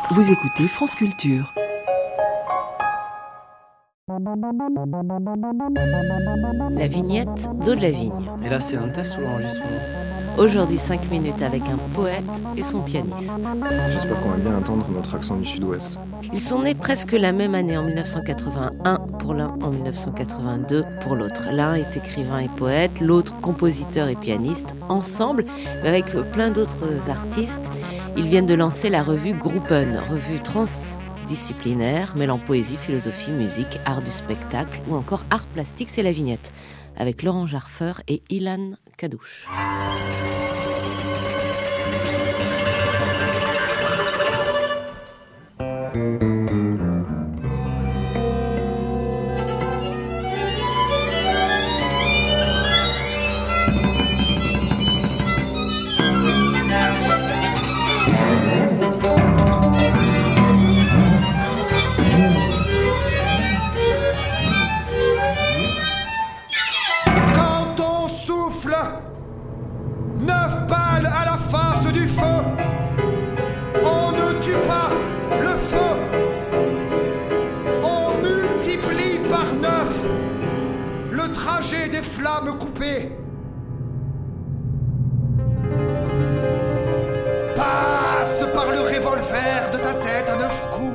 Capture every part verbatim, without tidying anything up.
Vous écoutez France Culture. La vignette d'Eau de la Vigne. Et là, c'est un test ou l'enregistrement ? Aujourd'hui, cinq minutes avec un poète et son pianiste. J'espère qu'on va bien entendre notre accent du sud-ouest. Ils sont nés presque la même année, en dix-neuf cent quatre-vingt-un pour l'un, en dix-neuf cent quatre-vingt-deux pour l'autre. L'un est écrivain et poète, l'autre compositeur et pianiste. Ensemble, mais avec plein d'autres artistes, ils viennent de lancer la revue Gruppen, revue transdisciplinaire, mêlant poésie, philosophie, musique, art du spectacle ou encore art plastique, c'est la vignette, avec Laurent Jarfer et Ilan Kadouche. Des flammes coupées. Passe par le revolver de ta tête à neuf coups.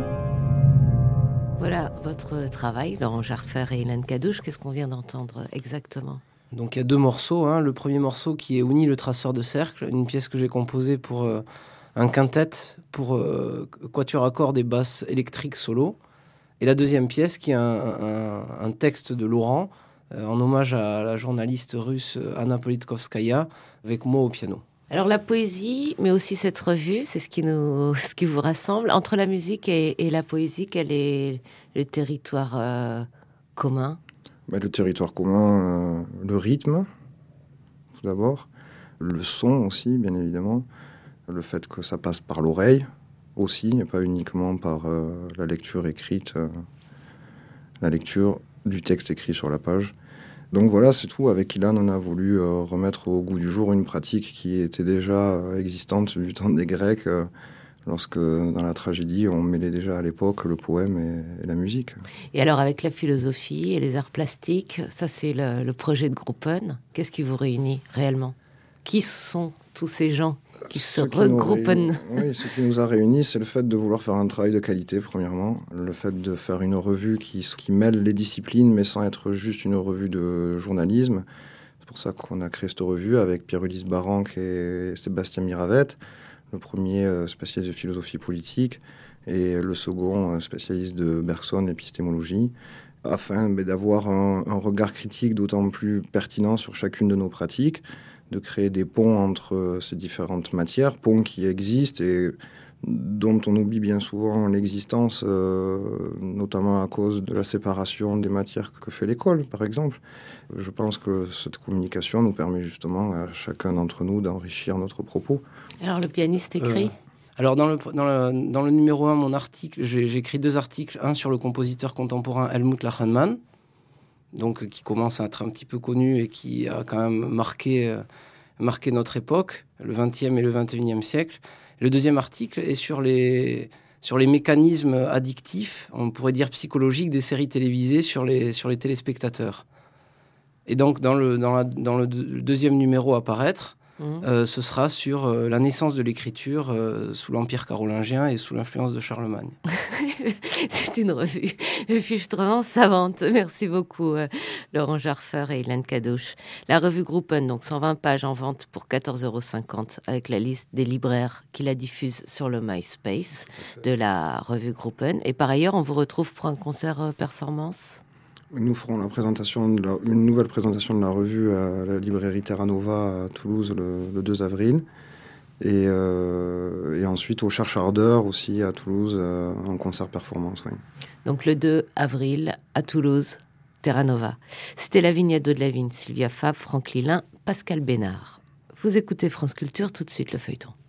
Voilà votre travail, Laurent Jarfer et Ilan Kadouche. Qu'est-ce qu'on vient d'entendre exactement ? Donc il y a deux morceaux. Hein. Le premier morceau qui est Ouni, le traceur de cercle, une pièce que j'ai composée pour euh, un quintet, pour euh, quatuor à cordes et basse électrique solo. Et la deuxième pièce qui est un, un, un texte de Laurent, en hommage à la journaliste russe Anna Politkovskaya, avec moi au piano. Alors la poésie, mais aussi cette revue, c'est ce qui, nous, ce qui vous rassemble. Entre la musique et, et la poésie, quel est le territoire euh, commun ? bah, Le territoire commun, euh, le rythme, tout d'abord. Le son aussi, bien évidemment. Le fait que ça passe par l'oreille aussi, et pas uniquement par euh, la lecture écrite, euh, la lecture du texte écrit sur la page. Donc voilà, c'est tout. Avec Ilan, on a voulu euh, remettre au goût du jour une pratique qui était déjà euh, existante du temps des Grecs, euh, lorsque dans la tragédie, on mêlait déjà à l'époque le poème et, et la musique. Et alors avec la philosophie et les arts plastiques, ça c'est le, le projet de Gruppen. Qu'est-ce qui vous réunit réellement ? Qui sont tous ces gens qui se regroupent ? Oui, ce qui nous a réunis, c'est le fait de vouloir faire un travail de qualité, premièrement. Le fait de faire une revue qui, qui mêle les disciplines, mais sans être juste une revue de journalisme. C'est pour ça qu'on a créé cette revue avec Pierre-Ulysse Barranc et Sébastien Miravette. Le premier spécialiste de philosophie politique et le second spécialiste de Bergson, épistémologie, afin d'avoir un, un regard critique d'autant plus pertinent sur chacune de nos pratiques, de créer des ponts entre ces différentes matières, ponts qui existent et dont on oublie bien souvent l'existence, euh, notamment à cause de la séparation des matières que fait l'école, par exemple. Je pense que cette communication nous permet justement à chacun d'entre nous d'enrichir notre propos. Alors le pianiste écrit euh, Alors dans le, dans, le, dans le numéro un, mon article, j'ai, j'ai écrit deux articles. Un sur le compositeur contemporain Helmut Lachenmann, donc qui commence à être un petit peu connu et qui a quand même marqué, euh, marqué notre époque, le vingtième et le vingt et unième siècle. Le deuxième article est sur les, sur les mécanismes addictifs, on pourrait dire psychologiques, des séries télévisées sur les, sur les téléspectateurs. Et donc, dans le, dans la, dans le deuxième numéro à paraître, mmh. euh, ce sera sur euh, la naissance de l'écriture euh, sous l'Empire carolingien et sous l'influence de Charlemagne. C'est une revue fichtrement savante. Merci beaucoup, euh, Laurent Jarfer et Ilan Kadouche. La revue Gruppen, donc cent vingt pages en vente pour quatorze euros cinquante, avec la liste des libraires qui la diffusent sur le MySpace de la revue Gruppen. Et par ailleurs, on vous retrouve pour un concert euh, performance ? Nous ferons la présentation de la, une nouvelle présentation de la revue à la librairie Terra Nova à Toulouse le, le deux avril. Et, euh, et ensuite au Cherchardeur aussi à Toulouse euh, en concert performance. Oui. Donc le deux avril à Toulouse, Terra Nova. C'était la vignette d'Eau de la Vigne, Sylvia Fabre, Franck Lilin, Pascal Bénard. Vous écoutez France Culture, tout de suite le feuilleton.